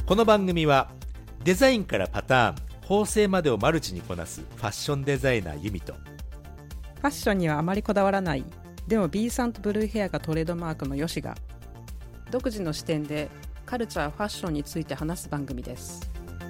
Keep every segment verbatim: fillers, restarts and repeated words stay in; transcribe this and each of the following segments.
この番組はデザインからパターン、縫製までをマルチにこなすファッションデザイナーユミと、 ファッションにはあまりこだわらない、でも B さんとブルーヘアがトレードマークのヨシが独自の視点でカルチャー、ファッションについて話す番組です。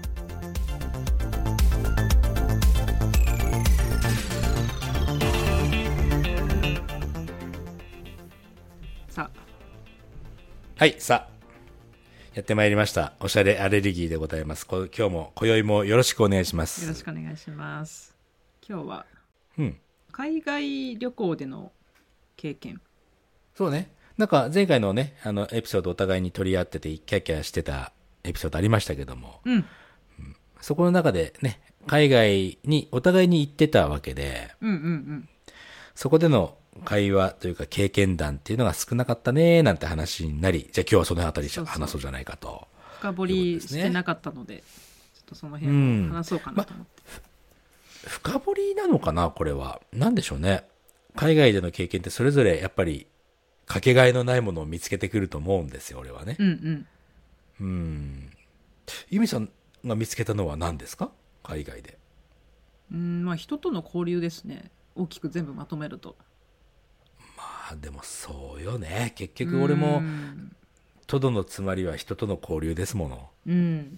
さあはいさあやってまいりました。おしゃれアレルギーでございます。こ今日も今宵もよろしくお願いします。 よろしくお願いします。今日は、 うん、 海外旅行での経験。 そうね、なんか前回のねあのエピソードお互いに取り合っててキャッキャしてたエピソードありましたけども、 うん、 そこの中でね海外にお互いに行ってたわけで、 うんうんうん、 そこでの会話というか経験談っていうのが少なかったねなんて話になり、じゃあ今日はそのあたり話そうじゃないかと。 深掘りしてなかったので、ちょっとその辺を話そうかなと思って、 うんま、深掘りなのかなこれは。なんでしょうね。海外での経験ってそれぞれやっぱりかけがえのないものを見つけてくると思うんですよ俺はね。 うんうんうん由美さんが見つけたのは何ですか海外で。 うんまあ人との交流ですね、大きく全部まとめると。 まあでもそうよね、結局俺もとどのつまりは人との交流ですもの。 うん、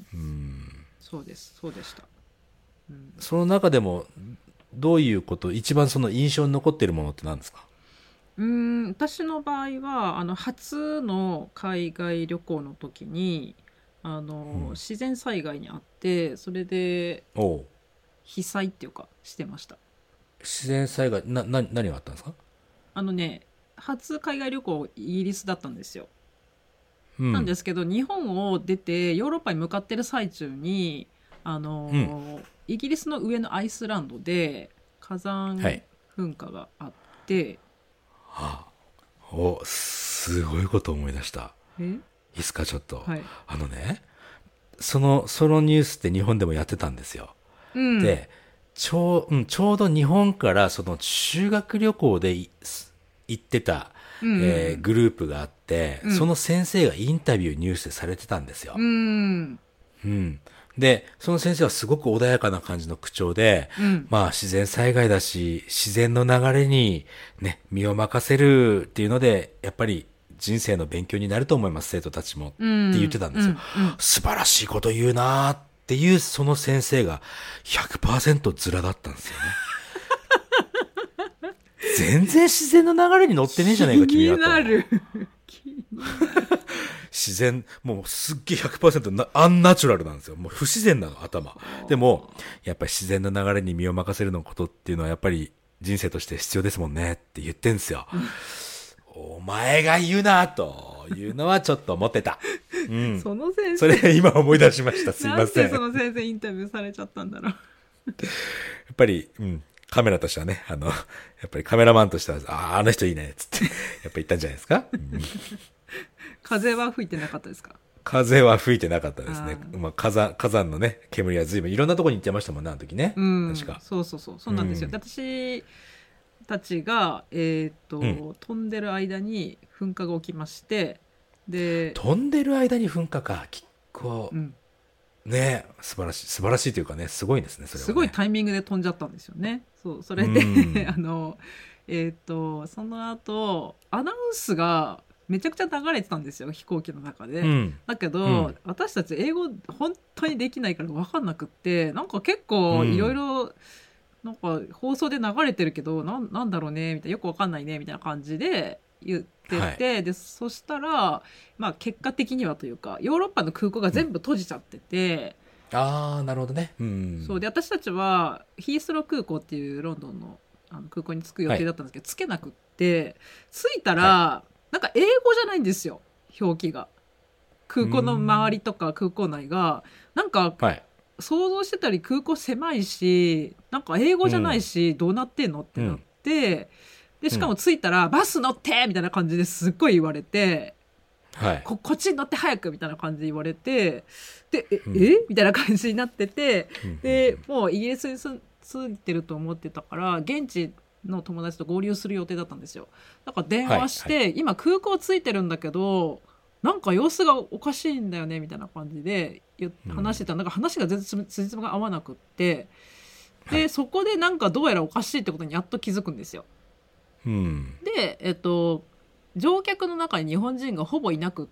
うん、 そうですそうでした、うん、 その中でもどういうこと、一番その印象に残っているものって何ですか？ うーん私の場合はあの初の海外旅行の時にあの、うん、自然災害にあって、それで被災っていうかしてました。 自然災害なな何があったんですか？あのね初海外旅行イギリスだったんですよ、 うん、 なんですけど日本を出てヨーロッパに向かってる最中にあの、うん、イギリスの上のアイスランドで火山噴火があって、はいはあ、おすごいこと思い出した。 えいいですかちょっと、はい、あのねそのそのニュースって日本でもやってたんですよ、うん、でちょう、うん、ちょうど日本からその修学旅行で行ってた、うんうんえー、グループがあって、うん、その先生がインタビューニュースでされてたんですよ、うんうん、でその先生はすごく穏やかな感じの口調で、うん、まあ自然災害だし自然の流れにね身を任せるっていうのでやっぱり人生の勉強になると思います生徒たちも、うん、って言ってたんですよ、うんうん、素晴らしいこと言うなーっていうその先生が ひゃくパーセント ズラだったんですよね全然自然の流れに乗ってねえじゃないか君はと。 気になる自然もうすっげえ ひゃくパーセント なアンナチュラルなんですよ。もう不自然なの頭でもやっぱり自然の流れに身を任せるのことっていうのはやっぱり人生として必要ですもんねって言ってんですよお前が言うなというのはちょっと思ってた、うん、 その先生それ今思い出しました。すいません。 なんでその先生インタビューされちゃったんだろうやっぱり、うん、カメラとしてはねあのやっぱりカメラマンとしてはああの人いいねっつってやっぱ言ったんじゃないですか、うん、 風は吹いてなかったですか？ 風は吹いてなかったですね。まあ、火山火山のね煙は随分いろんなところに行ってましたもんねあの時ね、うん、確かそうそうそうそうなんですよ、うん、私たちが、えーとうん、飛んでる間に噴火が起きまして、で飛んでる間に噴火か結構、うん、ね素晴らしい素晴らしいというかねすごいですねそれはね。 すごいタイミングで飛んじゃったんですよね。そうそれで、うん、あのえーとその後アナウンスがめちゃくちゃ流れてたんですよ飛行機の中で、うん、だけど、うん、私たち英語本当にできないから分かんなくって、なんか結構いろいろなんか放送で流れてるけど な, なんだろうねみたいなよく分かんないねみたいな感じで言ってて、はい、でそしたら、まあ、結果的にはというかヨーロッパの空港が全部閉じちゃってて、 うん、ああなるほどね、うん、 そうで私たちはヒースロー空港っていうロンドン の, あの空港に着く予定だったんですけど、はい、着けなくって着いたら、はい、なんか英語じゃないんですよ表記が。空港の周りとか空港内がなんか、はい、想像してたり空港狭いしなんか英語じゃないし、うん、どうなってんのってなって、うん、でしかも着いたら、うん、バス乗ってみたいな感じですっごい言われて、はい、こ, こっちに乗って早くみたいな感じで言われてでえ、うん、えみたいな感じになってて、うん、でもうイギリスに住んでると思ってたから現地の友達と合流する予定だったんですよ。だから電話して、はいはい、今空港着いてるんだけどなんか様子がおかしいんだよねみたいな感じで話してた、うん、なんか話が全然つじつまが合わなくって、で、はい、そこでなんかどうやらおかしいってことにやっと気づくんですよ。 うん、 で、えっと、乗客の中に日本人がほぼいなくって、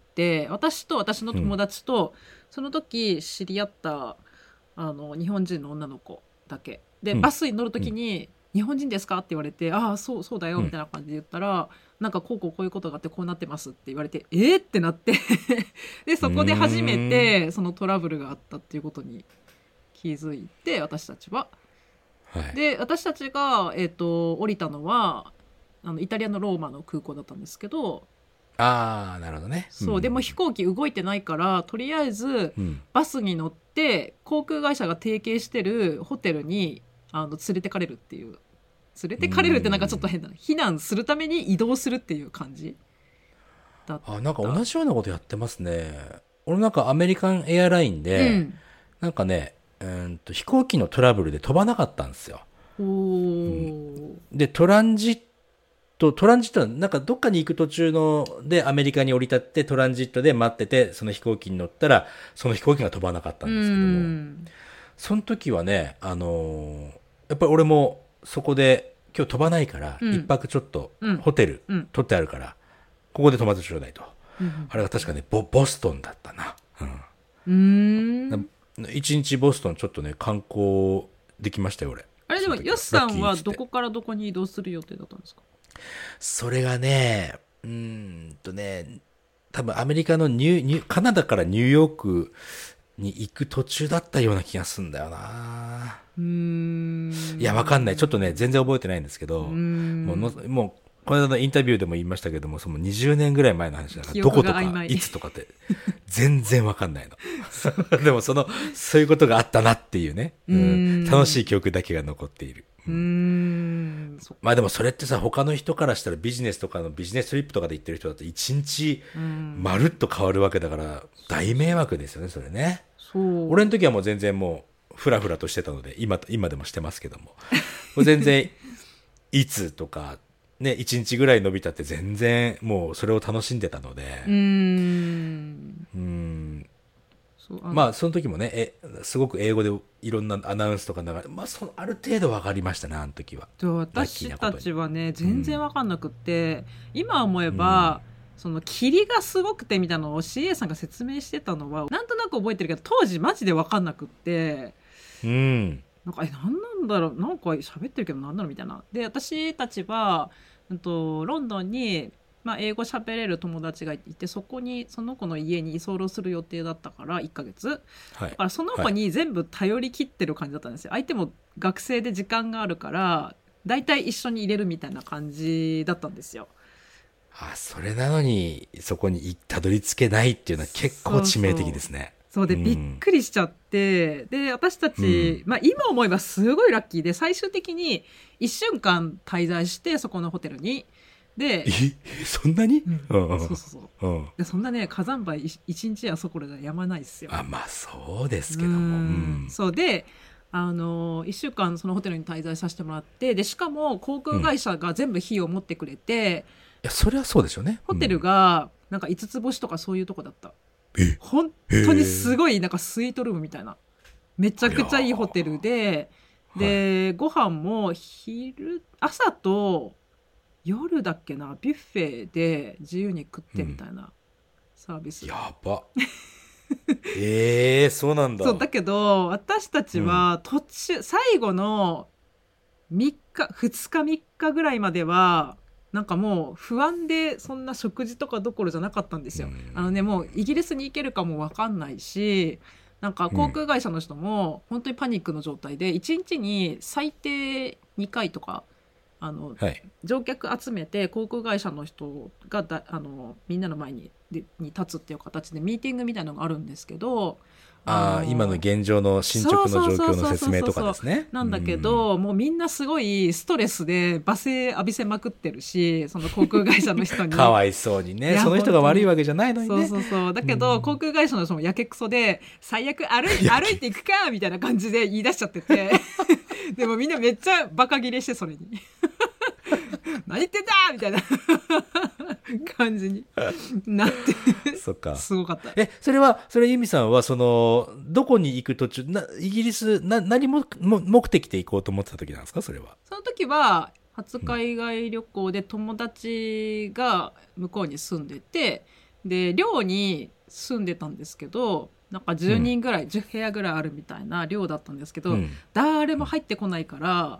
私と私の友達と、うん、その時知り合ったあの日本人の女の子だけで、バスに乗る時に、うん日本人ですかって言われて、ああそうそうだよみたいな感じで言ったら、うん、なんかこうこうこういうことがあってこうなってますって言われて、えー、ってなってでそこで初めてそのトラブルがあったっていうことに気づいて、私たちは、はい、で私たちが、えーと、降りたのはあのイタリアのローマの空港だったんですけど、 ああなるほどね、 そう、うん、でも飛行機動いてないからとりあえずバスに乗って航空会社が提携してるホテルにあの連れてかれるっていう、連れてかれるってなんかちょっと変だな、避難するために移動するっていう感じだった。 あ、なんか同じようなことやってますね。俺なんかアメリカンエアラインで、うん、なんかね、うんと飛行機のトラブルで飛ばなかったんですよ。 おー、うん、 でトランジットトランジットはなんかどっかに行く途中のでアメリカに降り立ってトランジットで待ってて、その飛行機に乗ったらその飛行機が飛ばなかったんですけども、うん、その時はね、あのー、やっぱり俺もそこで今日飛ばないから一、うん、泊ちょっとホテル取ってあるから、うん、ここで泊まってちょうだいと、うん、あれが確かね ボ, ボストンだったな、 うん、 うーん一日ボストンちょっとね観光できましたよ俺。 あれでもヨスさんはどこからどこに移動する予定だったんですか？ それがね、うーんとね多分アメリカのニュニュカナダからニューヨークに行く途中だったような気がするんだよな。 うーんいやわかんない、ちょっとね全然覚えてないんですけど、うーんもうのもうこの間のインタビューでも言いましたけども、そのにじゅうねんぐらい前の話だからどことかいつとかって全然わかんないのでもそのそういうことがあったなっていうね、うん、楽しい記憶だけが残っている。 うーんまあでもそれってさ、他の人からしたらビジネスとかのビジネストリップとかで行ってる人だと一日まるっと変わるわけだから大迷惑ですよねそれね。 そう俺の時はもう全然もうフラフラとしてたので 今, 今でもしてますけども全然いつとかね一日ぐらい伸びたって全然もうそれを楽しんでたので、 うーんうーんあまあその時もねえすごく英語でいろんなアナウンスとか流れ、まあ、そのある程度分かりましたねあの時は。 私たちはね全然分かんなくって、うん、今思えば、うん、その霧がすごくてみたいなのを シーエー さんが説明してたのはなんとなく覚えてるけど当時マジで分かんなくって、 うん、 なんかえ何なんだろうなんか喋ってるけど何なのみたいな。で私たちは、うん、とロンドンにまあ、英語喋れる友達がいてそこにその子の家に居候する予定だったからいっかげつ、はい、だからその子に全部頼り切ってる感じだったんですよ、はい、相手も学生で時間があるからだいたい一緒に入れるみたいな感じだったんですよ。 あそれなのにそこにたどり着けないっていうのは結構致命的ですね。 そうで、うん、びっくりしちゃってで私たち、うんまあ、今思えばすごいラッキーで最終的にいっしゅうかん滞在してそこのホテルにでえそんなに、 うんうん、そうそうそう、うん、でそんなね火山灰一日やそこらじゃやまないですよ。 あまあそうですけども、うん、 そうであのいっしゅうかんそのホテルに滞在させてもらってでしかも航空会社が全部費用を持ってくれて、うん、いやそれはそうでしょうね。 ホテルがなんかいつつ星とかそういうとこだった。え本当にすごいなんかスイートルームみたいなめちゃくちゃいいホテルでで、はい、ご飯も昼朝と夜だっけなビュッフェで自由に食ってみたいなサービス、 うん、やばえー、そうなんだ。 そうだけど私たちは途中、うん、最後のみっかふつかみっかぐらいまではなんかもう不安でそんな食事とかどころじゃなかったんですよ、うん、あのねもうイギリスに行けるかも分かんないしなんか航空会社の人も本当にパニックの状態でいちにちに最低にかいとかあの、はい、乗客集めて航空会社の人がだあのみんなの前にでに立つっていう形でミーティングみたいなのがあるんですけどああ今の現状の進捗の状況の説明とかですね。 なんだけど、うん、もうみんなすごいストレスで罵声浴びせまくってるしその航空会社の人にかわいそうにねその人が悪いわけじゃないのにね。 そうそうそうだけど、うん、航空会社の人もやけくそで最悪歩い歩いていくかみたいな感じで言い出しちゃっててでもみんなめっちゃバカ切れしてそれに何言ってんだみたいな感じになってそっか。 すごかった。 え、それは、それユミさんは、その、どこに行く途中、な、イギリス、な、何も、も目的で行こうと思ってた時なんですか、それは。 その時は、初海外旅行で友達が向こうに住んでて、で、寮に住んでたんですけど、なんかじゅうにんぐらい、うん、じゅう部屋ぐらいあるみたいな寮だったんですけど、うん、誰も入ってこないから、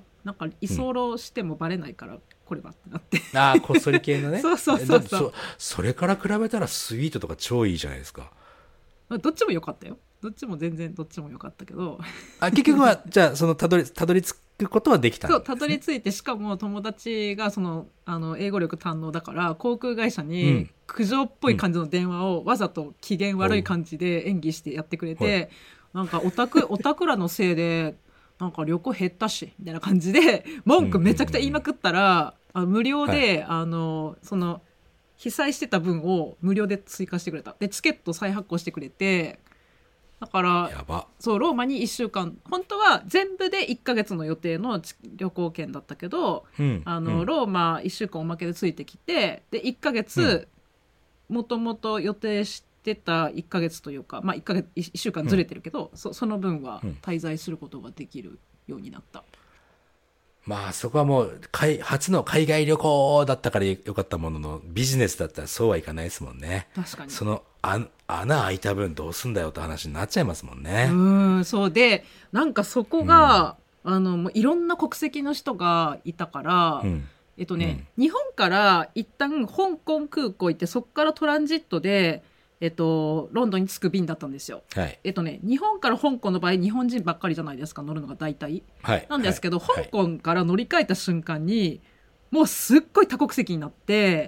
なんか居候してもバレないから、これはってなって。 ああ、こっそり系のね。 そうそうそうそう。 そ、それから比べたらスイートとか超いいじゃないですか。 まあ、どっちも良かったよ。どっちも全然どっちも良かったけど。 あ、結局は、じゃあ、その、たどり、たどり着くことはできたんですね。 そう、たどり着いて、しかも友達が、その、あの、英語力堪能だから、航空会社に、苦情っぽい感じの電話をわざと機嫌悪い感じで演技してやってくれて、なんか、オタク、オタクらのせいで、なんか旅行減ったし、みたいな感じで、文句めちゃくちゃ言いまくったら、あ無料で、はい、あの、その、被災してた分を無料で追加してくれた。で、チケット再発行してくれて、だから、 やば。 そう、ローマにいっしゅうかん、本当は全部でいっかげつの予定の旅行券だったけど、うん、あの、うん、ローマいっしゅうかんおまけでついてきて、で、いっかげつ、もともと予定してたいっかげつというか、まあいっかげつ、いっしゅうかんずれてるけど、うん、そ, その分は滞在することができるようになった。 まあそこはもう初の海外旅行だったからよかったものの、ビジネスだったらそうはいかないですもんね。 確かに。 そのあ穴開いた分どうすんだよって話になっちゃいますもんね。 うん、そうで、なんかそこが、うん、あのもういろんな国籍の人がいたから、うん、えっとね、うん、日本から一旦香港空港行って、そこからトランジットでえっと、ロンドンに着く便だったんですよ、はい、えっとね、日本から香港の場合日本人ばっかりじゃないですか、乗るのが大体、はい、なんですけど、はい、香港から乗り換えた瞬間にもうすっごい多国籍になって、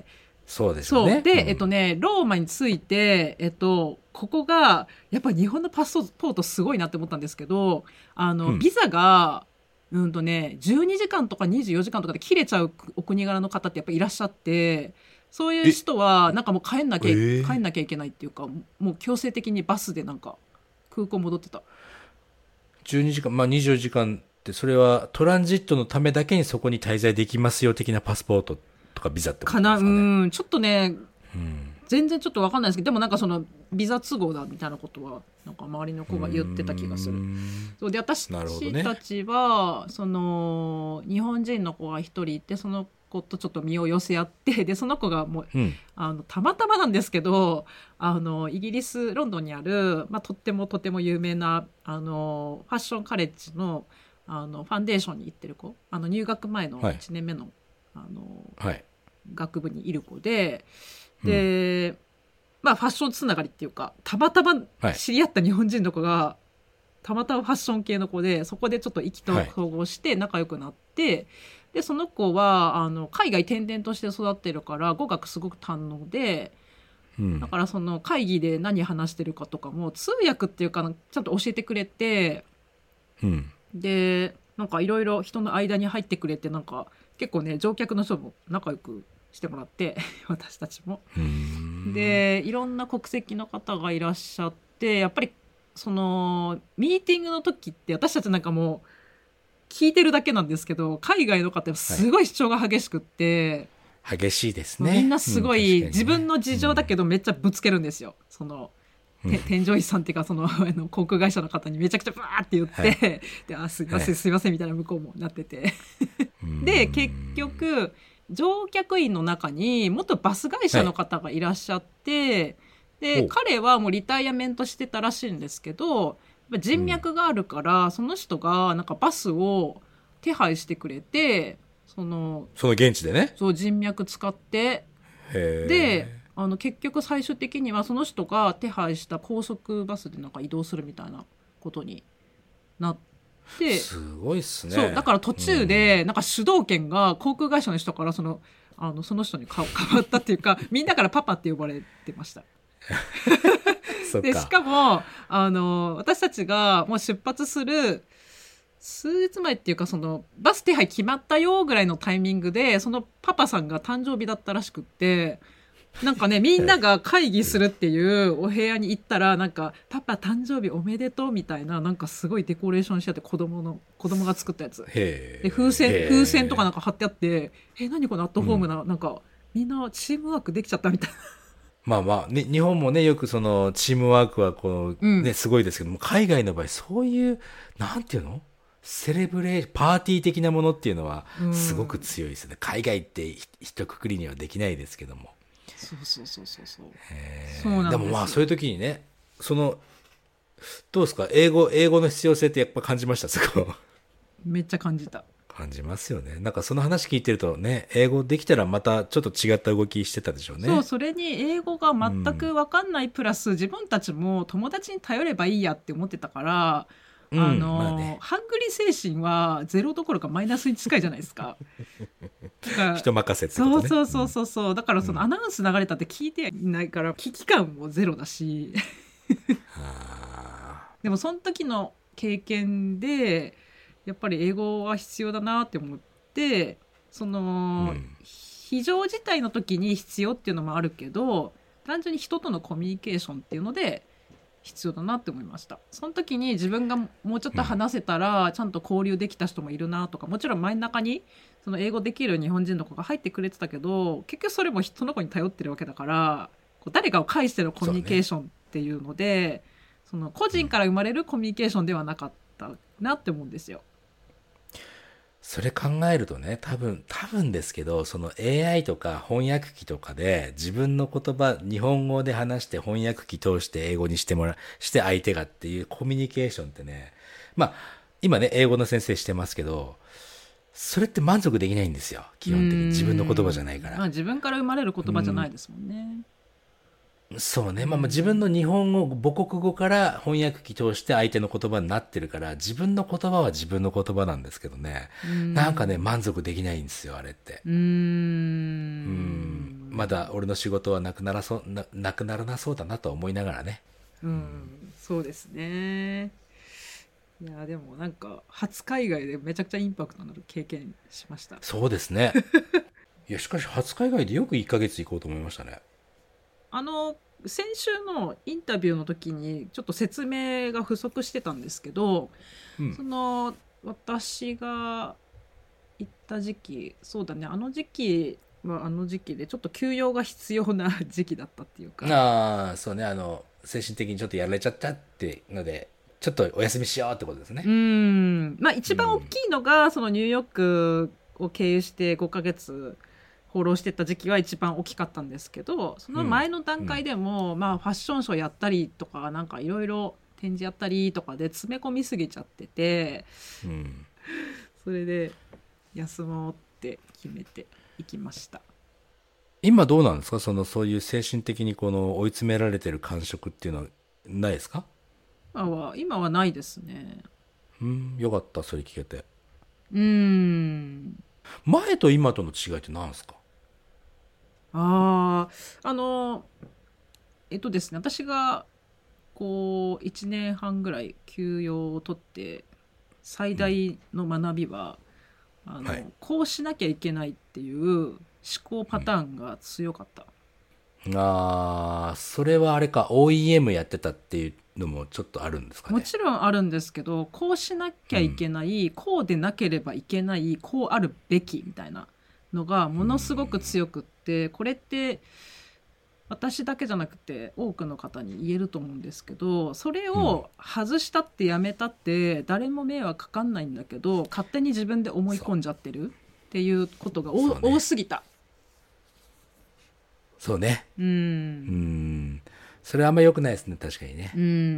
そうですよね。 そうで、うん、えっとね、ローマに着いて、えっと、ここがやっぱり日本のパスポートすごいなって思ったんですけど、あの、うん、ビザがうんとね、じゅうにじかんとかにじゅうよじかんとかで切れちゃうお国柄の方ってやっぱいらっしゃって、そういう人はなんかもう帰んなきゃ、えー、帰んなきゃいけないっていうか、もう強制的にバスでなんか空港戻ってた。 じゅうにじかん、まあにじゅうよじかんってそれはトランジットのためだけにそこに滞在できますよ的なパスポートとかビザってことですかね。 かな、うん、ちょっとね、うん、全然ちょっと分かんないですけど、でもなんかそのビザ都合だみたいなことはなんか周りの子が言ってた気がする。そうで、私たちは、ね、その日本人の子が一人いて、その子とちょっと身を寄せ合って、でその子がもう、うん、あのたまたまなんですけど、あのイギリスロンドンにある、まあ、とってもとても有名なあのファッションカレッジの、あのファンデーションに行ってる子、あの入学前のいちねんめの、はい、あのはい、学部にいる子で、で、うん、まあファッションつながりっていうか、たまたま知り合った日本人の子が、はい、たまたまファッション系の子で、そこでちょっと意気投合して仲良くなって、はい、でその子はあの海外転々として育ってるから語学すごく堪能で、うん、だからその会議で何話してるかとかも通訳っていうかちゃんと教えてくれて、うん、でなんかいろいろ人の間に入ってくれて、なんか結構ね乗客の人も仲良くしてもらって私たちもでいろんな国籍の方がいらっしゃって、やっぱりそのミーティングの時って私たちなんかもう聞いてるだけなんですけど、海外の方すごい主張が激しくって、 はい、激しいですね。 みんなすごい、うんね、自分の事情だけどめっちゃぶつけるんですよ、その、うん、添乗員さんっていうかそのあの航空会社の方にめちゃくちゃバーって言って、はい、であすいません、はい、すいませんみたいな向こうもなっててで結局乗客員の中に元バス会社の方がいらっしゃって、はい、で彼はもうリタイアメントしてたらしいんですけど、人脈があるから、うん、その人がなんかバスを手配してくれて、そのその現地でね、 そう人脈使って、 へであの結局最終的にはその人が手配した高速バスでなんか移動するみたいなことになって、 すごいっすね。 そうだから途中でなんか主導権が航空会社の人からそのあのその人に変わったっていうかみんなからパパって呼ばれてましたでしかもあの私たちがもう出発する数日前っていうか、そのバス手配決まったよぐらいのタイミングでそのパパさんが誕生日だったらしくって、なんかねみんなが会議するっていうお部屋に行ったら、なんかパパ誕生日おめでとうみたいな、なんかすごいデコレーションしてあって、子供の子供が作ったやつで風船風船とかなんか貼ってあって、え何このアットホームな、なんかみんなチームワークできちゃったみたいな。 まあまあ、ね、日本もね、よくその、チームワークはこう、ね、 うん、 すごいですけども、海外の場合、そういう、なんていうのセレブレー、パーティー的なものっていうのは、すごく強いですね。海外って一括りにはできないですけども。 そうそうそうそうそう。 そうなんです。でもまあ、そういう時にね、その、どうですか英語、英語の必要性ってやっぱ感じました、そこ。 めっちゃ感じた。 感じますよね。なんかその話聞いてるとね、英語できたらまたちょっと違った動きしてたでしょうね。 そう、それに英語が全く分かんないプラス、うん、自分たちも友達に頼ればいいやって思ってたから、うん、あの、まあね、ハングリー精神はゼロどころかマイナスに近いじゃないですか。だから人任せってことね。 そうそうそうそう、うん、だからそのアナウンス流れたって聞いていないから危機感もゼロだし。でもその時の経験でやっぱり英語は必要だなって思って、その、うん、非常事態の時に必要っていうのもあるけど、単純に人とのコミュニケーションっていうので必要だなって思いました。その時に自分がもうちょっと話せたらちゃんと交流できた人もいるなとか、もちろん真ん中にその英語できる日本人の子が入ってくれてたけど、結局それもその子に頼ってるわけだから、こう誰かを介してのコミュニケーションっていうので、その個人から生まれるコミュニケーションではなかったなって思うんですよ。 それ考えるとね、多分、多分ですけど、その エーアイ とか翻訳機とかで自分の言葉、日本語で話して翻訳機通して英語にしてもら、して相手がっていうコミュニケーションってね、まあ、今ね、英語の先生してますけど、それって満足できないんですよ。基本的に自分の言葉じゃないから。 まあ、自分から生まれる言葉じゃないですもんね。 そうね。まあまあ自分の日本語、母国語から翻訳機通して相手の言葉になってるから、自分の言葉は自分の言葉なんですけどね。んなんかね、満足できないんですよ、あれって。うーん。うんまだ俺の仕事はなくならそう、な、なくならなそうだなと思いながらね。 うん、そうですね。いや、でもなんか、初海外でめちゃくちゃインパクトのある経験しました。 そうですね。いや、しかし初海外でよくいっかげつ行こうと思いましたね。 あの先週のインタビューの時にちょっと説明が不足してたんですけど、うん、その私が行った時期、そうだね、あの時期はあの時期でちょっと休養が必要な時期だったっていうか、 ああそうね、あの精神的にちょっとやられちゃったっていうのでちょっとお休みしようってことですね。 うん、まあ一番大きいのが、うん、そのニューヨークを経由してごかげつ放浪してた時期が一番大きかったんですけど、その前の段階でも、うん、まあファッションショーやったりとか、なんかいろいろ展示やったりとかで詰め込みすぎちゃってて、うん、それで休もうって決めていきました。 今どうなんですか、そのそういう精神的にこの追い詰められてる感触っていうのはないですか？ 今は今はないですね。 うん、よかった、それ聞けて。 うーん、 前と今との違いって何ですか？ ああ、あのえっとですね、私がこういちねんはんぐらい休養を取って最大の学びは、うん、あの、はい、こうしなきゃいけないっていう思考パターンが強かった。 うん、ああ、それはあれか オーイーエム やってたっていうのもちょっとあるんですかね。 もちろんあるんですけど、こうしなきゃいけない、うん、こうでなければいけない、こうあるべきみたいなのがものすごく強くって、これって私だけじゃなくて多くの方に言えると思うんですけど、それを外したってやめたって誰も迷惑かかんないんだけど、勝手に自分で思い込んじゃってるっていうことが、ね、多すぎた。 そうね。 うん。うん。それはあんま良くないですね、確かにね。 うん。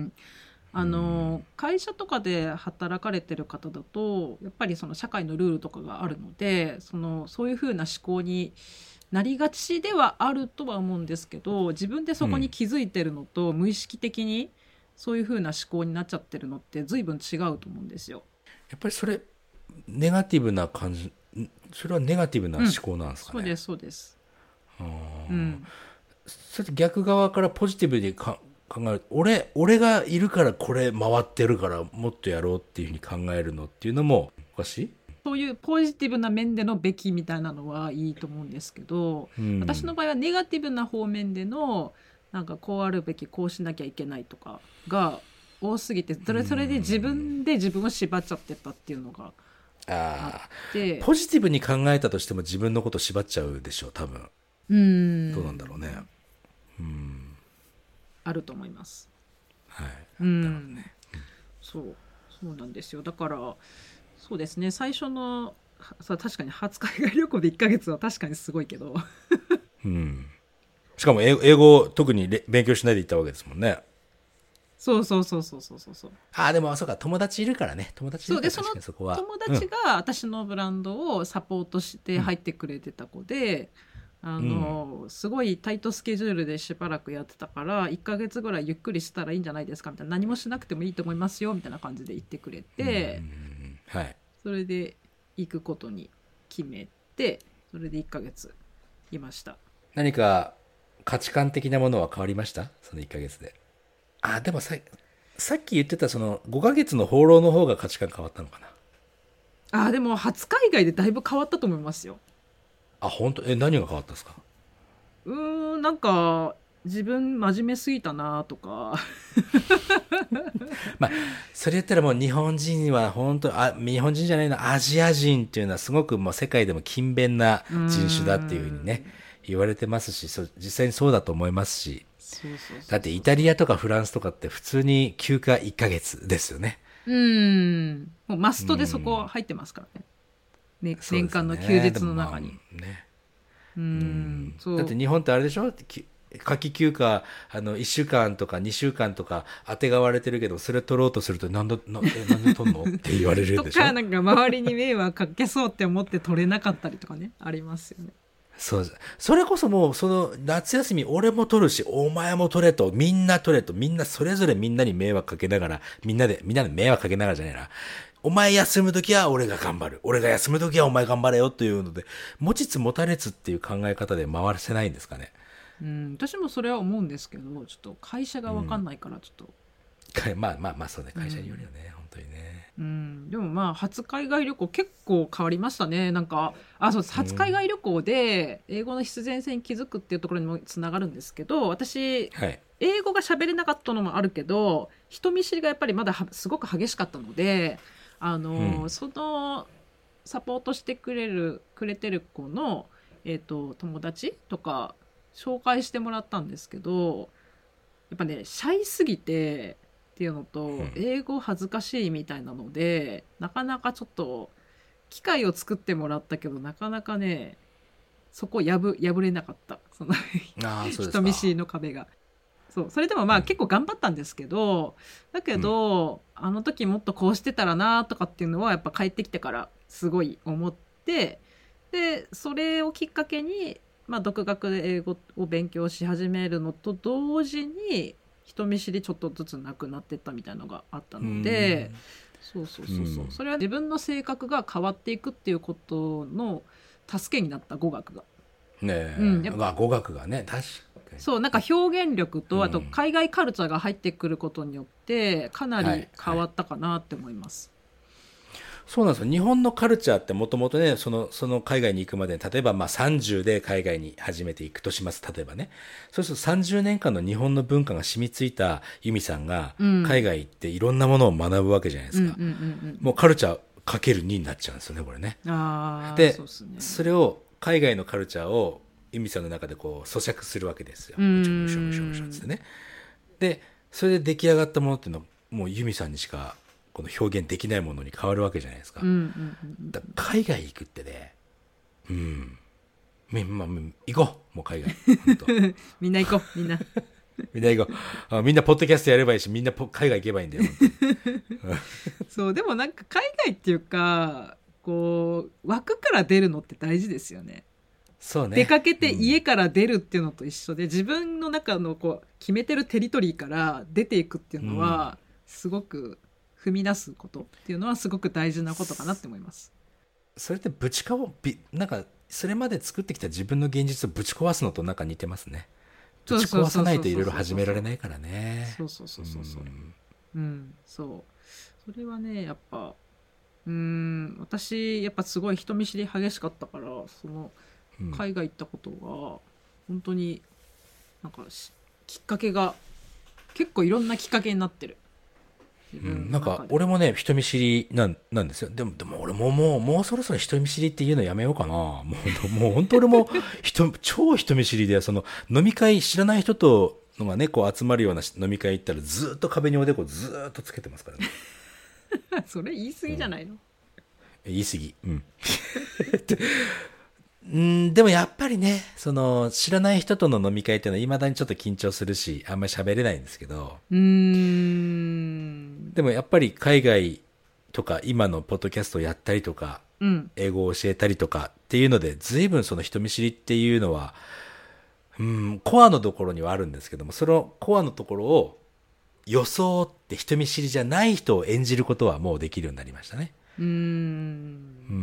あの会社とかで働かれてる方だとやっぱりその社会のルールとかがあるので、そのそういうふうな思考になりがちではあるとは思うんですけど、自分でそこに気づいてるのと、うん、無意識的にそういうふうな思考になっちゃってるのって随分違うと思うんですよ。 やっぱりそれネガティブな感じ、それはネガティブな思考なんですかね。 うん、そうですそうです。 あ、うん、それ逆側からポジティブにか考える、俺俺がいるからこれ回ってるからもっとやろうっていうふうに考えるのっていうのもおかしい？ そういうポジティブな面でのべきみたいなのはいいと思うんですけど、うん、私の場合はネガティブな方面でのなんかこうあるべき、こうしなきゃいけないとかが多すぎて、それそれで自分で自分を縛っちゃってたっていうのがあって、 あ、ポジティブに考えたとしても自分のこと縛っちゃうでしょ多分。 うん、 どうなんだろうね。うん、 あると思います。 はい。 うん、 なるほどね。 そうそうなんですよ。だからそうですね、最初のさ確かに初海外旅行でいっかげつは確かにすごいけどうん。しかも英語、英語特にれ勉強しないで行ったわけですもんね。 そうそうそうそうそうそうそうああ、でもそうか、友達いるからね。友達いるからそうでその確かにそこは。 友うん。 達が私のブランドをサポートしてうん。 入ってくれてた子で、あうん。 のすごいタイトスケジュールでしばらくやってたからいっかげつぐらいゆっくりしたらいいんじゃないですかみたいな、何もしなくてもいいと思いますよみたいな感じで言ってくれうん。うて、 ん、はい。 それで行くことに決めて、それでいっかげついました。 何か価値観的なものは変わりました、そのいっかげつで。あ、でもさ、さっき言ってたそのごかげつの放浪の方が価値観変わったのかな。 あーでも初海外でだいぶ変わったと思いますよ。 あ、本当？え、何が変わったんですか？ うーんなんか自分真面目すぎたなとかまあ、それ言ったらもう日本人は本当、あ、日本人じゃないな、アジア人っていうのはすごくもう世界でも勤勉なうー人種だっていうふうにね、 ん言われてますし、そ実際にそうだと思いますし、 そうそうそだってイタうそうそうリアとかフランスとかって普通に休暇いっかげつですよね。 うーんもうマうストでそこん。 入ってますからね、ね年そうですよ間の休ね。で日もまあの中に。 ね。 うーうんん。だっそうて日本ってあれでしょ、き夏季休暇、あの、いっしゅうかんとかにしゅうかんとか当てがわれてるけど、それ取ろうとすると、なんだ、な、え、なんで取んのって言われるんとでしょ？ かなんか周りに迷惑かけそうって思って取れなかったりとかねありますよね。 そうです。それこそもう、その夏休み俺も取るし、お前も取れと、みんな取れと、みんなそれぞれみんなに迷惑かけながら、みんなで、みんなで迷惑かけながらじゃないな。お前休むときは俺が頑張る。俺が休むときはお前頑張れよというので、持ちつ持たれつっていう考え方で回せないんですかね。 うん、私もそれは思うんですけど、ちょっと会社が分かんうん。 ないからちょっと、 かまあまあまあ、そうね。会社によるうんよね。本当にね。 うん、でもまあ初海外旅行結構変わりましたね。なんかあそうですうん。 初海外旅行で英語の必然性に気づくっていうところにもつながるんですけど、私はい。 英語が喋れなかったのもあるけど人見知りがやっぱりまだはすごく激しかったので、あうん。 のそのサポートしてくれるくれてる子の、えーと、友達とか紹介してもらったんですけど、やっぱねシャイすぎてっていうのとうん。 英語恥ずかしいみたいなのでなかなかちょっと機会を作ってもらったけどなかなかねそこ破破れなかった、そのああ、そうです人見知りか。 の壁が。そうそれでもまうん。 あ結構頑張ったんですけど、だけうん。 どあの時もっとこうしてたらなとかっていうのはやっぱ帰ってきてからすごい思って、でそれをきっかけに、まあ、独学で英語を勉強し始めるのと同時に人見知りちょっとずつなくなってったみたいなのがあったうので、 ん。 そうそうそうそう、 うん。 それは自分の性格が変わっていくっていうことの助けになった語学が。 ねうん、やえ。 っぱまあ、語学がね、確かに。 そうなんか表現力とあとうん。 海外カルチャーが入ってくることによってかなりはい。はい。 変わったかなって思います。 そうなんですよ。日本のカルチャーってもともとね、その、その海外に行くまでに、例えばまあさんじゅうで海外に初めて行くとします。例えばね。そうするとさんじゅうねんかんの日本の文化が染みついたユミさんがうん海外行っていろんなものを学ぶわけじゃないですか。 うんうんうんもうカルチャーかけるにになっちゃうんですよね、これね。 うん。ああそうで、 っすね。 それを海外のカルチャーをユミさんの中でこう咀嚼するわけですよ。 うーむしょむしょむしょむしょっつってんね。で、それで出来上がったものっていうのはもうユミさんにしかこの表現できないものに変わるわけじゃないですか。 うんうんうんだ海外行くってね、うん、みまあ、行こう、もう海外、本当、 うん。みんな行こうみんな。 みんな行こう、あみんなポッドキャストやればいいし、みんなポ海外行けばいいんだよ、本当に。 そうでもなんか海外っていうかこう枠から出るのって大事ですよね。 そうね、 出かけて家うん、 から出るっていうのと一緒で自分の中のこう決めてるテリトリーから出ていくっていううん。 のはすごく踏み出すことっていうのはすごく大事なことかなって思います。 それってぶちかわびなんかそれまで作ってきた自分の現実をぶち壊すのとなんか似てますね。ぶそうち壊さそうそうそうないといろいろそうそうそう始められないからね。 そうそうそううそうそうん。 うんそうそれはねやっぱうーん私やっぱすごい人見知り激しかったからそのうん。 海外行ったことが本当になんかしきっかけが結構いろんなきっかけになってる。 うん、なんか俺もね人見知りなん、なんですよ。でもでも俺ももうもうそろそろ人見知りっていうのやめようかな。もうもう本当俺も人超人見知りで、その飲み会知らない人とのがねこう集まるような飲み会行ったらずっと壁におでこずっとつけてますからね。 それ言い過ぎじゃないの？うん、 言い過ぎ。うんうん、でもやっぱりね、その知らない人との飲み会っていうのは未だにちょっと緊張するし、あんまり喋れないんですけど、 うーん、 でもやっぱり海外とか今のポッドキャストをやったりとか、 うん、 英語を教えたりとかっていうので、随分その人見知りっていうのは、うん、コアのところにはあるんですけども、そのコアのところを装って人見知りじゃない人を演じることはもうできるようになりましたね。 うーん、 うん、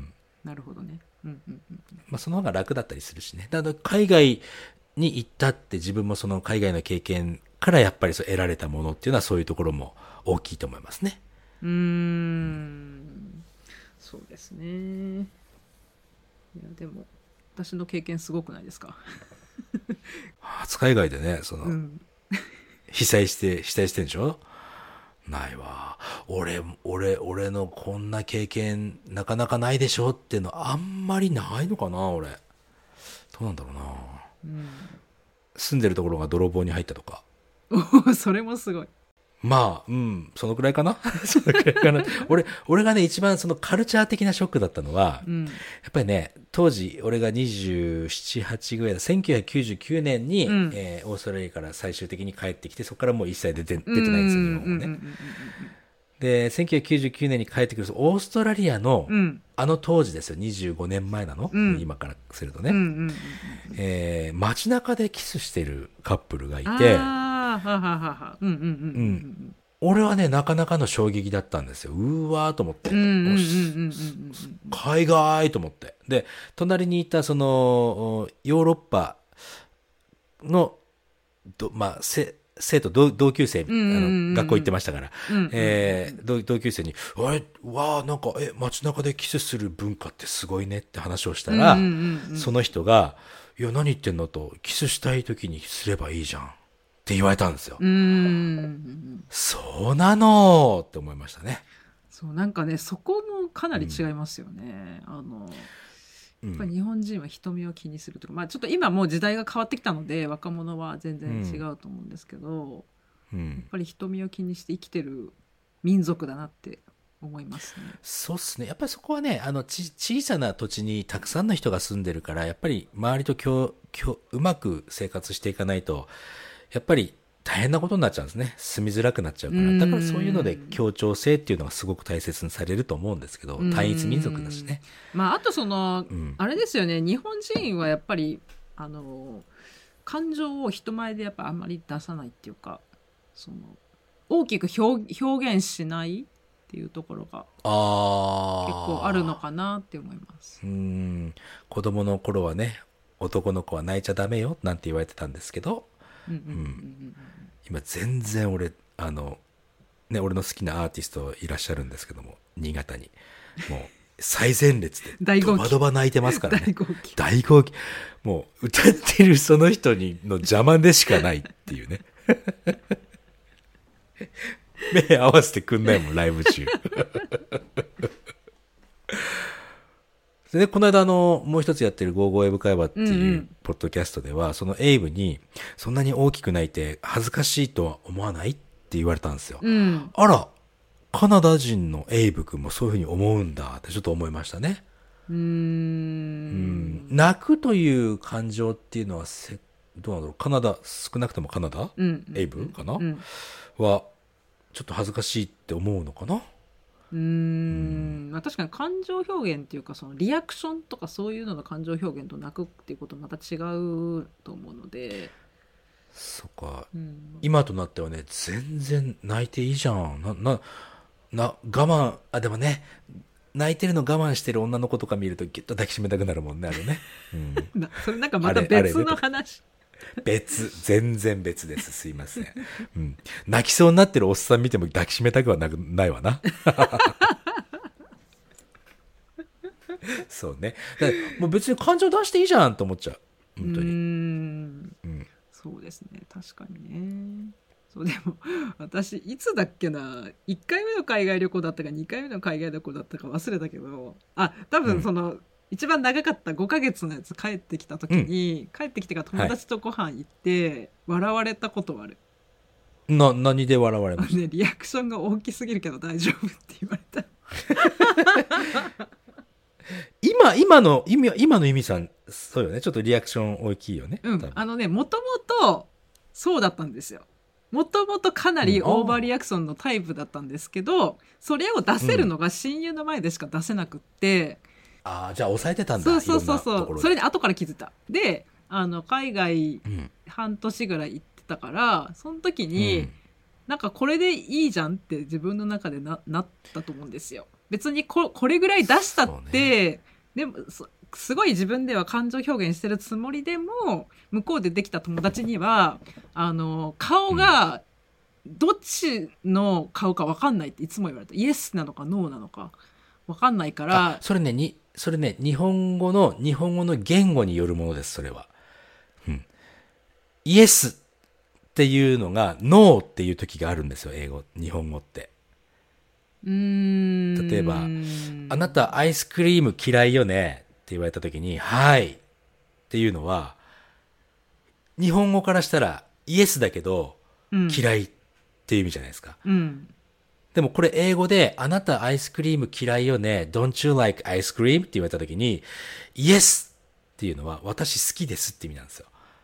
なるほどね。うんうんうん、 まあ、その方が楽だったりするしね。だから海外に行ったって自分もその海外の経験からやっぱりそう得られたものっていうのはそういうところも大きいと思いますね。 うーん、そうですね。いやでも私の経験すごくないですか？ 初海外でね、その、うん、被災して被災してんでしょ？ないわ。俺、俺、俺のこんな経験なかなかないでしょっていうのあんまりないのかな、俺。どうなんだろうな。うん、住んでるところが泥棒に入ったとか。 お、それもすごい。 まあ、うん、そのくらいかなそのくらいかな。俺、俺がね、一番そのカルチャー的なショックだったのは、うん、やっぱりね、当時、俺がにじゅうなな、はちぐらいだ、せんきゅうひゃくきゅうじゅうきゅうねんに、うん、えー、オーストラリアから最終的に帰ってきて、そこからもう一切出て、出てないんですよ、日本はね。で、せんきゅうひゃくきゅうじゅうきゅうねんに帰ってくると、オーストラリアの、うん、あの当時ですよ、にじゅうごねんまえなの、うん、今からするとね、うんうんうん、えー、街中でキスしてるカップルがいて、俺はね、なかなかの衝撃だったんですよ。うわーと思って。海外と思って。で、隣にいた、その、ヨーロッパの、どまあ、せ生徒同、同級生、あの、学校行ってましたから、えー、同、同級生に、わー、なんか、え、街中でキスする文化ってすごいねって話をしたら、その人が、いや、何言ってんのと、キスしたい時にすればいいじゃん。って言われたんですよ。うーん、そうなのって思いましたね。 そう、なんかね、そこもかなり違いますよね。うん、あのやっぱり日本人は人目を気にするとか、まあちょっと今もう時代が変わってきたので若者は全然違うと思うんですけど、うん、やっぱり人目を気にして生きてる民族だなって思いますね。 そうっすね。やっぱりそこはね、あのち小さな土地にたくさんの人が住んでるから、やっぱり周りときょきょうまく生活していかないと。やっぱり大変なことになっちゃうんですね。住みづらくなっちゃうから。だからそういうので協調性っていうのがすごく大切にされると思うんですけど、単一民族だしね。 まああとその、うん、あれですよね。日本人はやっぱりあの感情を人前でやっぱあんまり出さないっていうか、その大きく表、表現しないっていうところが結構あるのかなって思います。 うん、子供の頃はね、男の子は泣いちゃダメよなんて言われてたんですけど。今全然俺あのね俺の好きなアーティストいらっしゃるんですけども、新潟にもう最前列でドバドバ泣いてますからね。大号泣。もう歌ってるその人にの邪魔でしかないっていうね。目合わせてくんないもんライブ中。で、この間あの、もう一つやってるゴーゴーエイブ会話っていうポッドキャストでは、うんうん、そのエイブに、そんなに大きく泣いて恥ずかしいとは思わないって言われたんですよ。うん、あら、カナダ人のエイブ君もそういうふうに思うんだってちょっと思いましたね。うーん、うん、泣くという感情っていうのはせ、どうなんだろう、カナダ、少なくともカナダ、うん、エイブかな、うん、は、ちょっと恥ずかしいって思うのかな。 うーん、まあ、確かに感情表現っていうかそのリアクションとかそういうのの感情表現と泣くっていうことはまた違うと思うので。 そっか、うん、今となってはね全然泣いていいじゃんななな我慢あでもね泣いてるの我慢してる女の子とか見るとギュッと抱きしめたくなるもんねあれね、 うん、なそれなんかまた別の話。 別全然別ですすいません、うん、泣きそうになってるおっさん見ても抱きしめたくはなないわな。そうねだもう別に感情出していいじゃんと思っちゃう本当に。うーん、 うん、そうですね確かにね。 そうでも私いつだっけな、いっかいめの海外旅行だったかにかいめの海外旅行だったか忘れたけど、あ多分その、うん、一番長かったごかげつのやつ帰ってきた時に、うん、帰ってきてから友達とご飯行って笑われたことある、 はい、な何で笑われました？ ね、リアクションが大きすぎるけど大丈夫って言われた今今の今今の由美さんそうよね、ちょっとリアクション大きいよね。 うんあのねもともとそうだったんですよ。もともとかなりオーバーリアクションのタイプだったんですけど、うん、それを出せるのが親友の前でしか出せなくって、 うん、ああじゃあ抑えてたんだ。 そうそうそうそうそれで後から気づいた。であの海外半年ぐらい行ってたから、うん、その時に、うん、なんかこれでいいじゃんって自分の中で な, なったと思うんですよ。別に こ, これぐらい出したって、ね、でもすごい自分では感情表現してるつもりでも向こうでできた友達にはあの顔がどっちの顔か分かんないっていつも言われた。イエスなのかノーなのか分かんないから。 それねにそれね日本語の日本語の言語によるものです。それは、うん、イエスっていうのがノーっていう時があるんですよ。英語日本語って。 うーん例えばあなたアイスクリーム嫌いよねって言われた時にはいっていうのは日本語からしたらイエスだけど、うん、嫌いっていう意味じゃないですか、 うん、 でもこれ英語であなたアイスクリーム嫌いよね Don't you like ice cream って言われた時にイエスっていうのは私好きですって意味なんですよ、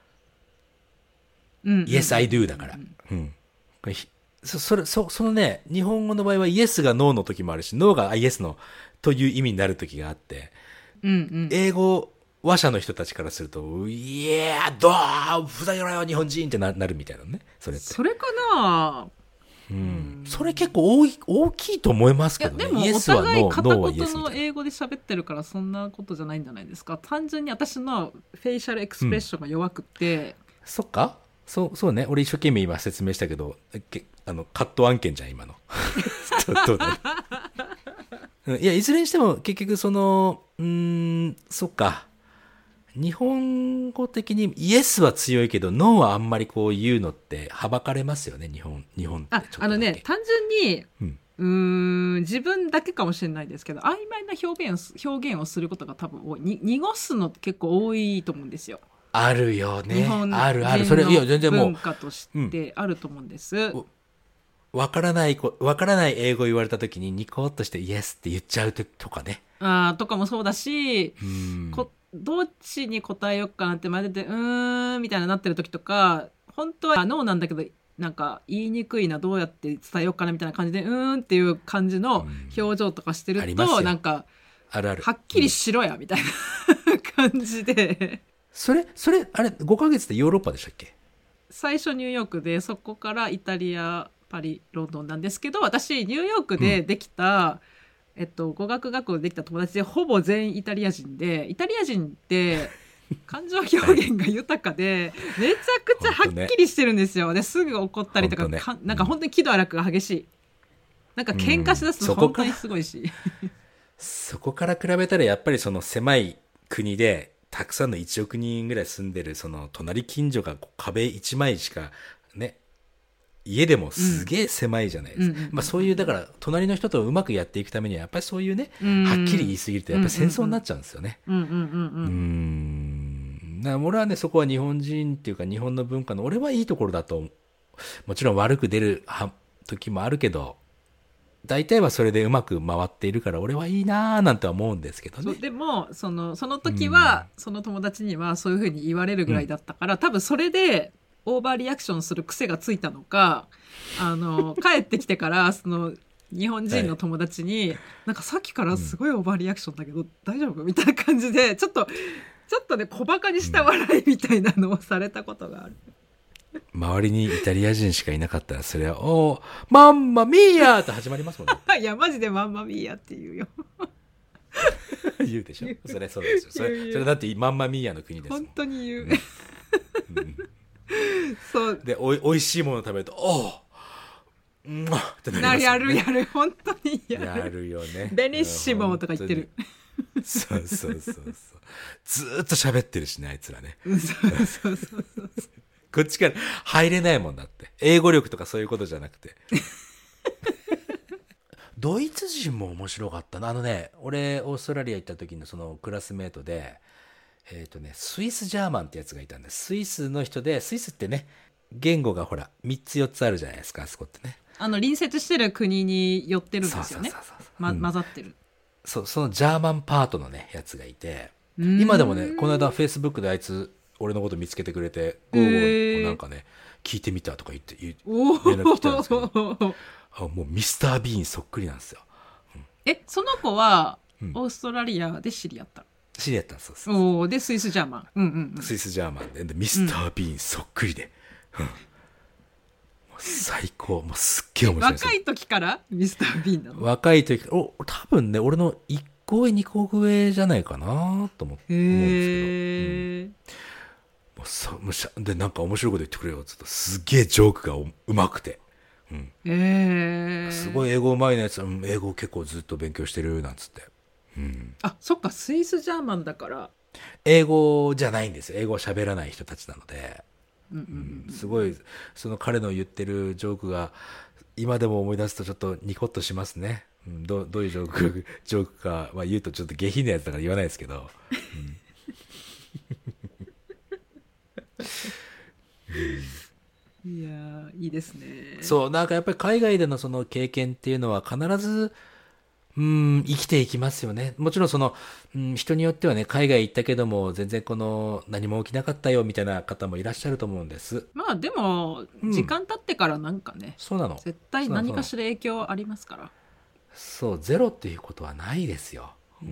うん、 Yes I do だから、うん、これそ, そ, れ そ, そのね日本語の場合はイエスがノーの時もあるしノーがイエスのという意味になる時があって、 うんうん、 英語話者の人たちからするといやどうふざけろよ日本人って な, なるみたいなね。それってそれかな、 うん、それ結構 大, 大きいと思いますけどね。 いやでもお互い片言の英語で喋ってるからそんなことじゃないんじゃないですか。単純に私のフェイシャルエクスプレッションが弱くて、うん、 そっかそう、そうね。俺一生懸命今説明したけどあのカット案件じゃん今のどうだいやいずれにしても結局そのうーんそっか日本語的にイエスは強いけどノーはあんまりこう言うのってはばかれますよね。日本日本ってちょっとだけ。 あ、あのね単純に、うん、うーん自分だけかもしれないですけど曖昧な表現を表現をすることが多分多い。に濁すのって結構多いと思うんですよ。 あるよね。 日本あるあるそれいや全然もう文化としてあると思うんです。うんわからないわからない英語言われた時にニコッとしてイエスって言っちゃうとかね。 あとかもそうだし、うんこどっちに答えようかなって迷っててうーんみたいななってる時とか本当はノーなんだけどなんか言いにくいなどうやって伝えようかなみたいな感じでうーんっていう感じの表情とかしてると、うん、なんかあるあるはっきりしろやみたいな感じでそれそれあれごかげつでヨーロッパでしたっけ？ 最初ニューヨークでそこからイタリアパリロンドンなんですけど私ニューヨークでできた、うんえっと、語学学校でできた友達でほぼ全員イタリア人でイタリア人って感情表現が豊かでめちゃくちゃはっきりしてるんですよ。ですぐ怒ったりとか、ね、かなんか本当に喜怒哀楽が激しい。なんか喧嘩しだすと本当にすごいし、 うん、そこから比べたらやっぱりその狭い国でたくさんのいちおくにんぐらい住んでるその隣近所が壁いちまいしかね家でもすげえ狭いじゃないですか、うんまあ、そういうだから隣の人とうまくやっていくためにはやっぱりそういうね、うん、はっきり言い過ぎるとやっぱり戦争になっちゃうんですよね。 うんうんうんうん俺はねそこは日本人っていうか日本の文化の俺はいいところだともちろん悪く出る時もあるけど大体はそれでうまく回っているから俺はいいなーなんて思うんですけどね。 でもそのその時は、うん、その友達にはそういうふうに言われるぐらいだったから、うん、多分それでオーバーリアクションする癖がついたのかあの帰ってきてからその日本人の友達に、はい、なんかさっきからすごいオーバーリアクションだけど、うん、大丈夫みたいな感じでちょっとちょっとね小バカにした笑いみたいなのをされたことがある、 うん、周りにイタリア人しかいなかったらそれはおーマンマミーヤーって始まりますもんねいやマジでマンマミーヤって言うよ言うでしょそれそうですよそれそれだってマンマミーヤの国ですもん。 本当に言う、 うんうんそうでおい、おいしいもの食べるとおーうんってなりますよね。 やるやる本当にやるやるよね。 ベニッシモとか言ってる。 そうそうそうそうずーっと喋ってるしねあいつらね。 そうそうそうそうこっちから入れないもんだって。英語力とかそういうことじゃなくて。ドイツ人も面白かったな。あのね、俺、オーストラリア行った時のそのクラスメートで、えっとね、スイスジャーマンってやつがいたんです。スイスの人で、スイスってね、言語がほら、みっつよっつあるじゃないですか、あそこってね。 あの、隣接してる国に寄ってるんですよね。ま、混ざってる。 そう、そのジャーマンパートのね、やつがいて、今でもね、この間、フェイスブックであいつ、俺のこと見つけてくれて、ゴーゴーをなんかね、聞いてみたとか言って、連絡来たんですけど、あ、もうミスター・ビーンそっくりなんですよ。 うん、え、その子は、オーストラリアで知り合った、うん、 知り合ったんです。 おで、スイスジャーマン。うんうんうん、 スイスジャーマンで、でミスター・ビーンそっくりで。うん、もう最高。もうすっげえ面白いです。 若い時からミスター・ビーンなの？ 若い時から、お、多分ね、俺のいっこ上、にこ上じゃないかなと思って思うんですけど。へー。もうさむしゃで、なんか面白いこと言ってくれよっつってすげえジョークがうまくて。うん、えー、すごい英語うまいなやつは、英語結構ずっと勉強してるなんつって、 うん、あ、そっか、スイスジャーマンだから英語じゃないんですよ。英語を喋らない人たちなので、うんうんうん、すごいその彼の言ってるジョークが今でも思い出すとちょっとニコッとしますね、うん、ど, どういうジョークジョークか、まあ、言うとちょっと下品なやつだから言わないですけど、 うんうんいやいいですね。 そう、なんかやっぱり海外でのその経験っていうのは必ず、うん、生きていきますよね。もちろんその、うん、人によってはね、海外行ったけども全然この何も起きなかったよみたいな方もいらっしゃると思うんです。 まあでも、うん、時間経ってからなんかね、 そうなの。 絶対何かしら影響ありますから。 そう、ゼロっていうことはないですよ。うん、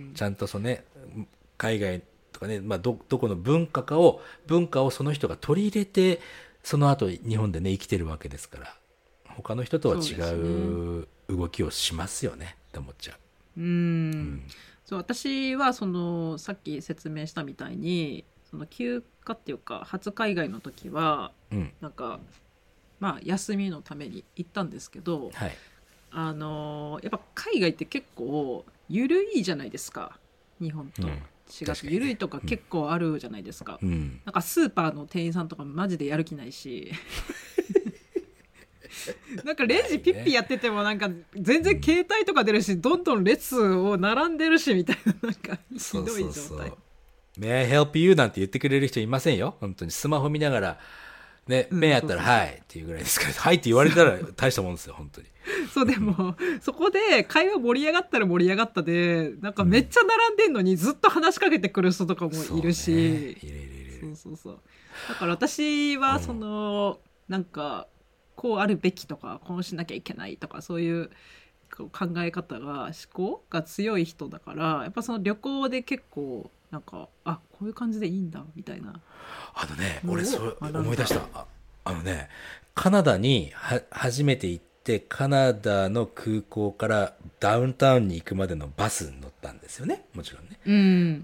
ちゃんとそのね、海外とかね、まあどどこの文化かを文化をその人が取り入れて。その後日本でね生きてるわけですから他の人とは違う動きをしますよねって思っちゃう。うん、 うん、そう私はそのさっき説明したみたいにその休暇っていうか初海外の時は、うん、なんかまあ休みのために行ったんですけど、はい、あのやっぱ海外って結構緩いじゃないですか日本と。うん違って緩いとか結構あるじゃないですか、うん、なんかスーパーの店員さんとかマジでやる気ないしなんかレジピッピやっててもなんか全然携帯とか出るしどんどん列を並んでるしみたいななんかひどい状態。そうそうそう May I help you なんて言ってくれる人いませんよ本当に。スマホ見ながらね、目やったら、はいっていうぐらいですから、はいって言われたら大したもんですよ、本当に。 そう、でも、そこで会話盛り上がったら盛り上がったで、なんかめっちゃ並んでんのにずっと話しかけてくる人とかもいるし、ね、いるいるいる。そうそうそう。だから私は、その、うん、なんか、こうあるべきとか、こうしなきゃいけないとか、そういう考え方が、思考が強い人だから、やっぱその旅行で結構、なんか、あ、こういう感じでいいんだ、みたいな。 あのね、俺それ思い出した。あ、あのね、カナダには初めて行って、カナダの空港からダウンタウンに行くまでのバスに乗ったんですよね。もちろんね。うん、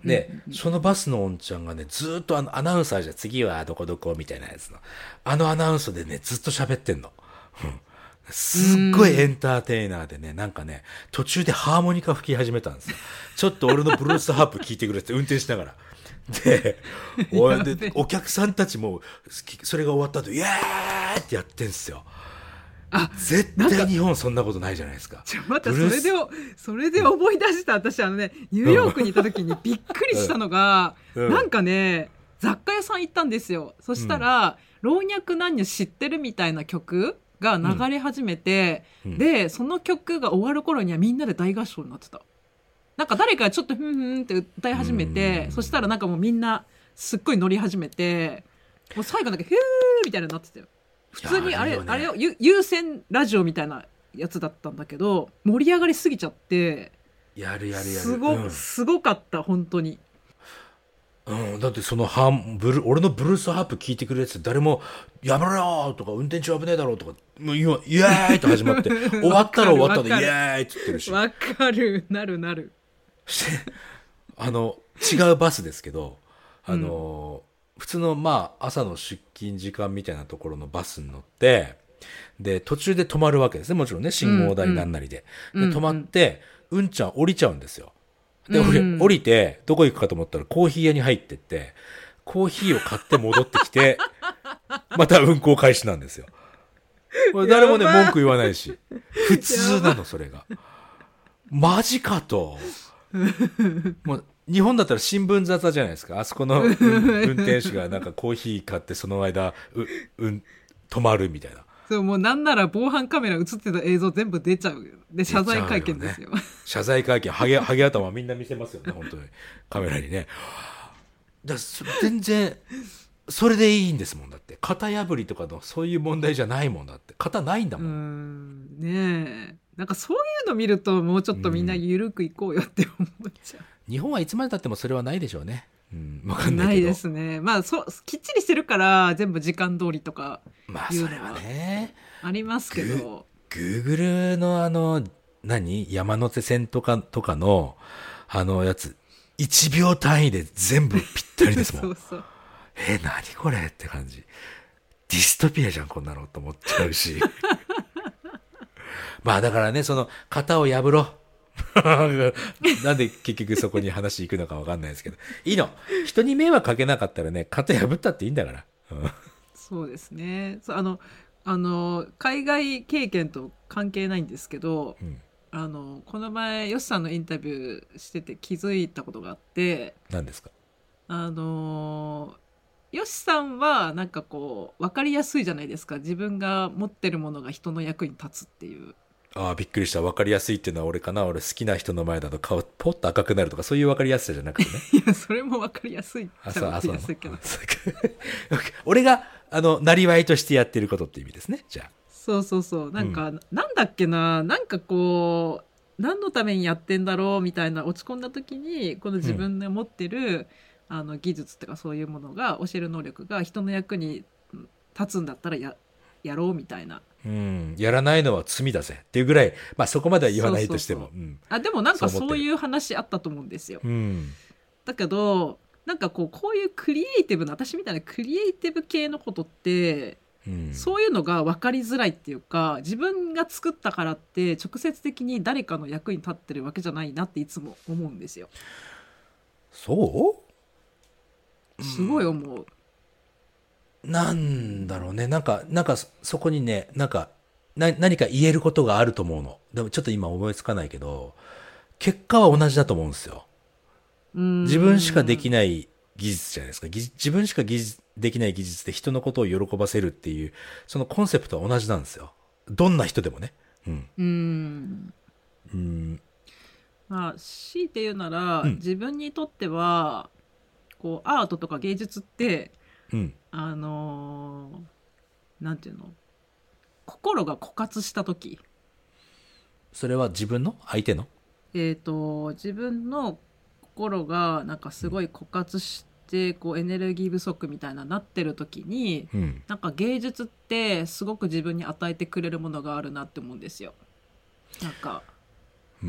で、うん、そのバスのおんちゃんがね、ずっとあのアナウンサーじゃ、次はどこどこみたいなやつの、あのアナウンスでね、ずっと喋ってんの。うん、すっごいエンターテイナーでね、なんかね、途中でハーモニカ吹き始めたんですよ。ちょっと俺のブルースハープ聞いてくれって運転しながら。で、お, でお客さんたちもそれが終わった後イエーイってやってんすよ。あ、絶対日本そんなことないじゃないですか。 ちょまたそれでそれで思い出した。私あのねニューヨークにいた時にびっくりしたのが、うんうん、なんかね雑貨屋さん行ったんですよ。そしたら、うん、老若男女知ってるみたいな曲が流れ始めて、うん、でその曲が終わる頃にはみんなで大合唱になってた。なんか誰かがちょっとふんふんって歌い始めて、そしたらなんかもうみんなすっごい乗り始めて、もう最後だけヒューみたいなのになってたよ。普通にあれ、あれよ、有線ラジオみたいなやつだったんだけど、盛り上がりすぎちゃって、 やるやるやる。 すご、うん、すごかった、本当に。 うん、だってそのハンブル俺のブルースハープ聞いてくれるやつ誰もやめろよとか運転中危ねえだろうとかもう今イエーイと始まって終わったら終わったでイエーイって言ってるし。 わかる、なるなる。 あの違うバスですけど、あの、うん、普通のまあ朝の出勤時間みたいなところのバスに乗って、で途中で止まるわけですね。もちろんね信号台なんなりで、うんうん、で止まって、うん、うんちゃん降りちゃうんですよ。で、うんうん、降りてどこ行くかと思ったらコーヒー屋に入ってってコーヒーを買って戻ってきてまた運行開始なんですよ。誰もね、文句言わないし。普通なの、それが。マジかと。もう日本だったら新聞沙汰じゃないですか。あそこの運転手がなんかコーヒー買ってその間、う、うん、止まるみたいな。 そう、もうなんなら防犯カメラ映ってた映像全部出ちゃう。で、謝罪会見ですよ。 よね、謝罪会見、ハゲ、ハゲ頭みんな見せますよね、本当に。カメラにね。だ全然、それでいいんですもんだって。型破りとかのそういう問題じゃないもんだって。型ないんだもん。うん、ねえ。なんかそういうの見るともうちょっとみんな緩くいこうよって思っちゃう。 日本はいつまでたってもそれはないでしょうね。うん、わかんないけど。 ないですね。まあそきっちりしてるから全部時間通りとかいうのはねありますけど。 グーグルのあの何山手線とかとかのあのやついちびょう単位で全部ぴったりですもん。そうそう。え何これって感じ。ディストピアじゃんこんなのと思っちゃうし。まあだからねその型を破ろう。なんで結局そこに話行くのか分かんないですけどいいの人に迷惑かけなかったらね型破ったっていいんだから、うん、 そうですねそうあのあの海外経験と関係ないんですけど、うん、あのこの前ヨシさんのインタビューしてて気づいたことがあって何ですかあのヨシさんはなんかこう分かりやすいじゃないですか自分が持ってるものが人の役に立つっていうああ、びっくりした。分かりやすいっていうのは俺かな。俺好きな人の前だと顔ポッと赤くなるとかそういう分かりやすさじゃなくてね。 いや、それも分かりやすいっちゃ分かりやすいけど。 俺が、あの、なりわいとしてやってることって意味ですね。じゃあ。 そうそうそう。なんか、うん、なんだっけな。なんかこう、何のためにやってんだろうみたいな落ち込んだ時に、この自分で持ってる、うん、あの技術とかそういうものが、教える能力が人の役に立つんだったらや、やろうみたいな。 うん、やらないのは罪だぜっていうぐらい、まあそこまでは言わないとしても。 そうそうそう、うん、あでもなんかそういう話あったと思うんですよ。 うん、 だけどなんかこうこういうクリエイティブな私みたいなクリエイティブ系のことって、うん、そういうのが分かりづらいっていうか自分が作ったからって直接的に誰かの役に立ってるわけじゃないなっていつも思うんですよ。 そうすごい思う。 なんだろうね。なんか、なんかそこにね、なんか、な、何か言えることがあると思うの。でもちょっと今思いつかないけど、結果は同じだと思うんですよ。自分しかできない技術じゃないですか。自分しか技術できない技術で人のことを喜ばせるっていう、そのコンセプトは同じなんですよ。どんな人でもね。うん。 うん。 うん。 まあ、強いて言うなら、うん、自分にとっては、こう、アートとか芸術って、うん、あのー、なんていうの心が枯渇した時それは自分の相手のえっと自分の心がなんかすごい枯渇して、うん、こうエネルギー不足みたいななってる時に、うん、なんか芸術ってすごく自分に与えてくれるものがあるなって思うんですよ。なんか、うん、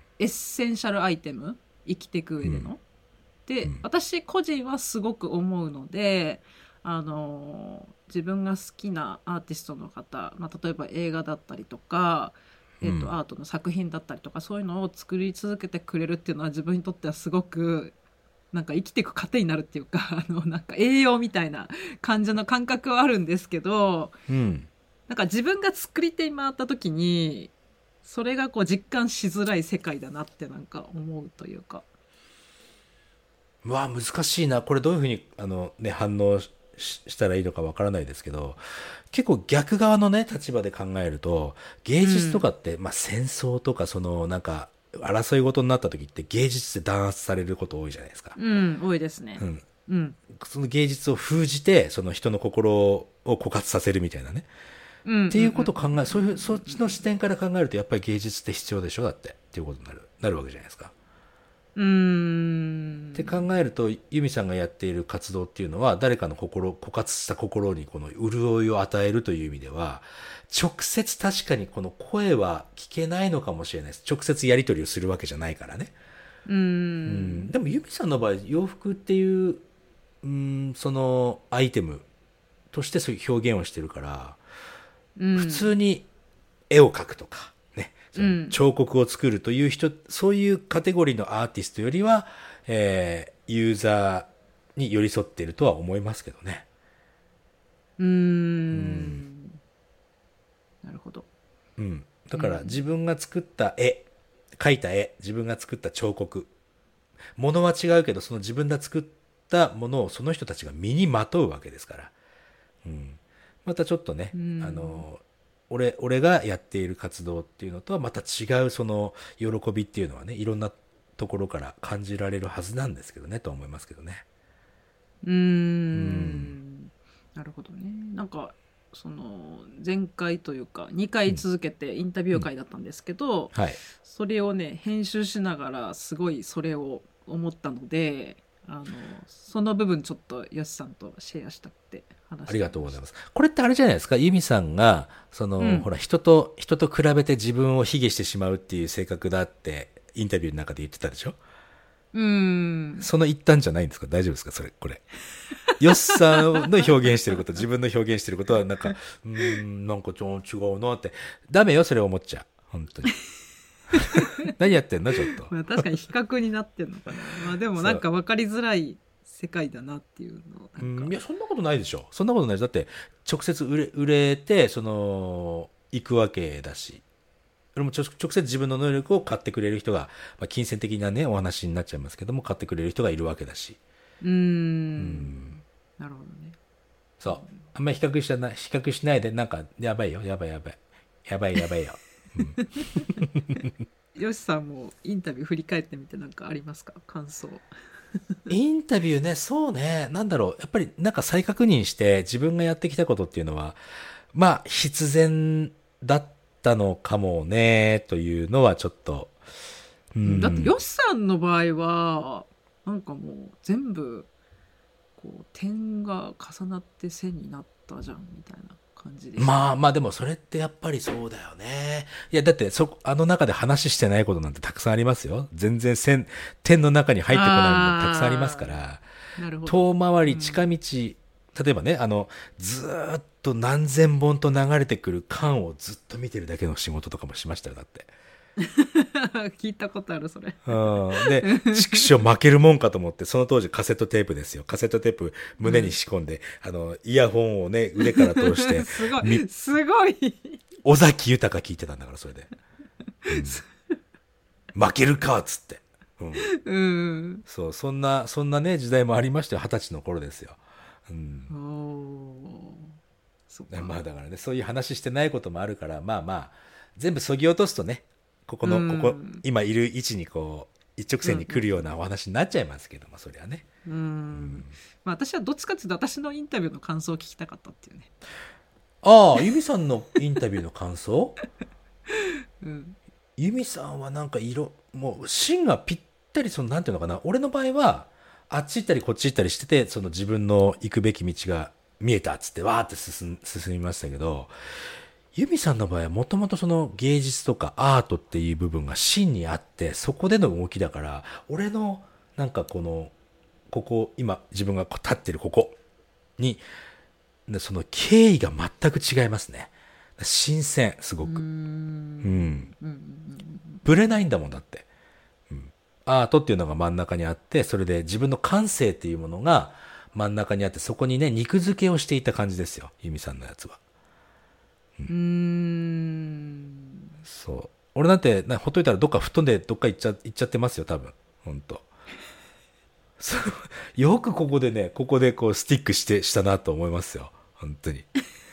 エッセンシャルアイテム生きていく上での、うんで、うん、私個人はすごく思うので、あの自分が好きなアーティストの方、まあ、例えば映画だったりとか、えーとうん、アートの作品だったりとかそういうのを作り続けてくれるっていうのは自分にとってはすごくなんか生きていく糧になるっていうかあのなんか栄養みたいな感じの感覚はあるんですけど、うん、なんか自分が作り手に回った時にそれがこう実感しづらい世界だなってなんか思うというか。 うわ難しいなこれどういうふうにあの、ね、反応 し, したらいいのかわからないですけど結構逆側のね立場で考えると芸術とかって、うんまあ、戦争とかそのなんか争い事になった時って芸術で弾圧されること多いじゃないですか。 うん多いですね、うんうん、 その芸術を封じてその人の心を枯渇させるみたいなね、うん、っていうことを考えそういうそっちの視点から考えるとやっぱり芸術って必要でしょだってっていうことになるなるわけじゃないですか。 うーんって考えるとユミさんがやっている活動っていうのは誰かの心枯渇した心にこの潤いを与えるという意味では直接確かにこの声は聞けないのかもしれないです。直接やり取りをするわけじゃないからね。 うーんうんでもユミさんの場合洋服っていう、うん、そのアイテムとしてそういう表現をしてるから、うん、普通に絵を描くとかその彫刻を作るという人、うん、そういうカテゴリーのアーティストよりは、えー、ユーザーに寄り添っているとは思いますけどね。 うーん、うん、なるほど。 うん。だから自分が作った絵、描いた絵、自分が作った彫刻、ものは違うけどその自分が作ったものをその人たちが身にまとうわけですから、うん、またちょっとね、 うん、 あの俺俺がやっている活動っていうのとはまた違うその喜びっていうのはね、いろんなところから感じられるはずなんですけどねと思いますけどね。 うーん、うんなるほどね。なんかその前回というかにかい続けてインタビュー会だったんですけど、 うん、はい、 それをね編集しながらすごいそれを思ったので、あのその部分ちょっとよしさんとシェアしたくて話してました。 ありがとうございます。これってあれじゃないですか、ユミさんがその、うん、ほら人と人と比べて自分を卑下してしまうっていう性格だってインタビューの中で言ってたでしょ。 うん、 その一端じゃないんですか？大丈夫ですか？それこれヨッさんの表現してること、自分の表現してることはなんかうーんなんかちょっと違うなって、ダメよそれ思っちゃう本当に何やってんのちょっと。 まあ確かに比較になってんのかな。まあでもなんか分かりづらい世界だなっていうのなんか、 うん、いやそんなことないでしょ。そんなことないです。だって直接売れ売れてその行くわけだし、それも直接自分の能力を買ってくれる人が、まあ、金銭的なねお話になっちゃいますけども、買ってくれる人がいるわけだし。 うーん、うんなるほどね。 そうあんまり比較しない比較しないで、なんかやばいよやばいやばいやばいやばいよ、うん、 よしさんもインタビュー振り返ってみて何かありますか？感想インタビューね、そうね、なんだろう、やっぱりなんか再確認して自分がやってきたことっていうのはまあ必然だったのかもねというのはちょっと、 うん、だってよしさんの場合はなんかもう全部こう点が重なって線になったじゃんみたいな感じでした。 まあまあでもそれってやっぱりそうだよね。いやだってそあの中で話してないことなんてたくさんありますよ。全然線点の中に入ってこないのたくさんありますから。 なるほど。 遠回り近道、うん、例えばねあのずーっと何千本と流れてくる管をずっと見てるだけの仕事とかもしましたよ。だって聞いたことあるそれ。 うん、で畜生負けるもんかと思って、その当時カセットテープですよ。カセットテープ胸に仕込んで、うん、あのイヤホンをね腕から通してすごいすごい尾崎豊聞いてたんだからそれで、うん、負けるかっつって、うんうん、そうそんなそんなね時代もありましたよ。二十歳の頃ですよ。うん、おそうか。まあだからねそういう話してないこともあるから、まあまあ全部そぎ落とすとね、ここの、うん、ここ今いる位置にこう一直線に来るようなお話になっちゃいますけど、うん、まあそれはね、 うんうん、まあ、私はどっちかっていうと私のインタビューの感想を聞きたかったっていうね。 ああ、由美さんのインタビューの感想、 うん、 由美さんはなんか色もう芯がぴったり、そのなんていうのかな、俺の場合はあっち行ったりこっち行ったりしてて、その自分の行くべき道が見えたっつってわーって進進みましたけど、由美さんの場合はもともとその芸術とかアートっていう部分が芯にあって、そこでの動きだから、俺のなんかこのここ今自分が立ってるここにその経緯が全く違いますね。新鮮すごく、うん、うん、ぶれないんだもんだって、うん、アートっていうのが真ん中にあって、それで自分の感性っていうものが真ん中にあって、そこにね肉付けをしていた感じですよ、由美さんのやつは。うーん、そう俺なんてほっといたらどっか吹っ飛んでどっか行っちゃ行っちゃってますよ多分。本当そうよくここでねここでこうスティックしてしたなと思いますよ本当に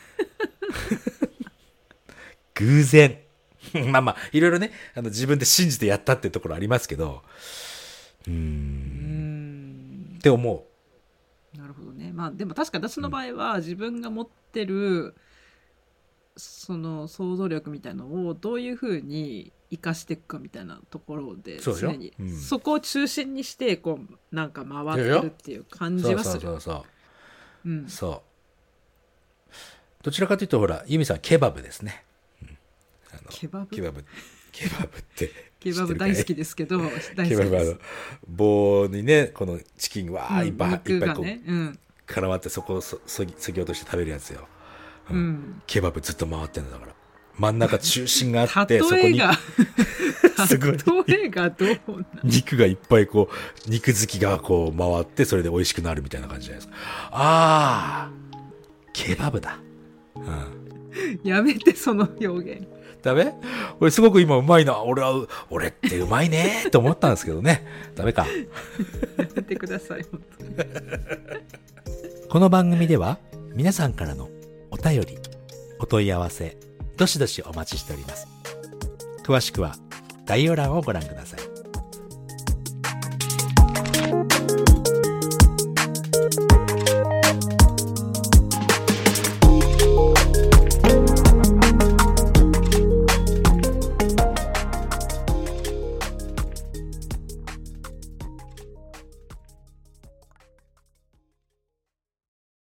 偶然まあまあいろいろねあの自分で信じてやったってところありますけど、うーん、うーんって思う。なるほどね。まあでも確か私の場合は自分が持ってるその想像力みたいなのをどういうふうに生かしていくかみたいなところで常に そ,、うん、そこを中心にしてこうなんか回ってるっていう感じはする。 そうそうそうそう、うん、そうどちらかというとほら由美さんケバブですね、うん、あのケバブケバブケバブってケバブ大好きですけど大好きです。 ケバブあの棒にねこのチキンわーいっぱい、うん、いっぱいこう、ねうん、絡まってそこをそそぎそぎ落として食べるやつよ。うん、ケバブずっと回ってんだから真ん中中心があってそこにすごい例えがどうな肉がいっぱいこう肉付きがこう回ってそれで美味しくなるみたいな感じじゃないですか。ああケバブだ。うん。 やめて、その表現。 ダメ？俺すごく今うまいな。俺は、俺ってうまいねーと思ったんですけどね。ダメか。 やめてください、本当に。 この番組では皆さんからのお便り、お問い合わせ、どしどしお待ちしております。詳しくは概要欄をご覧ください。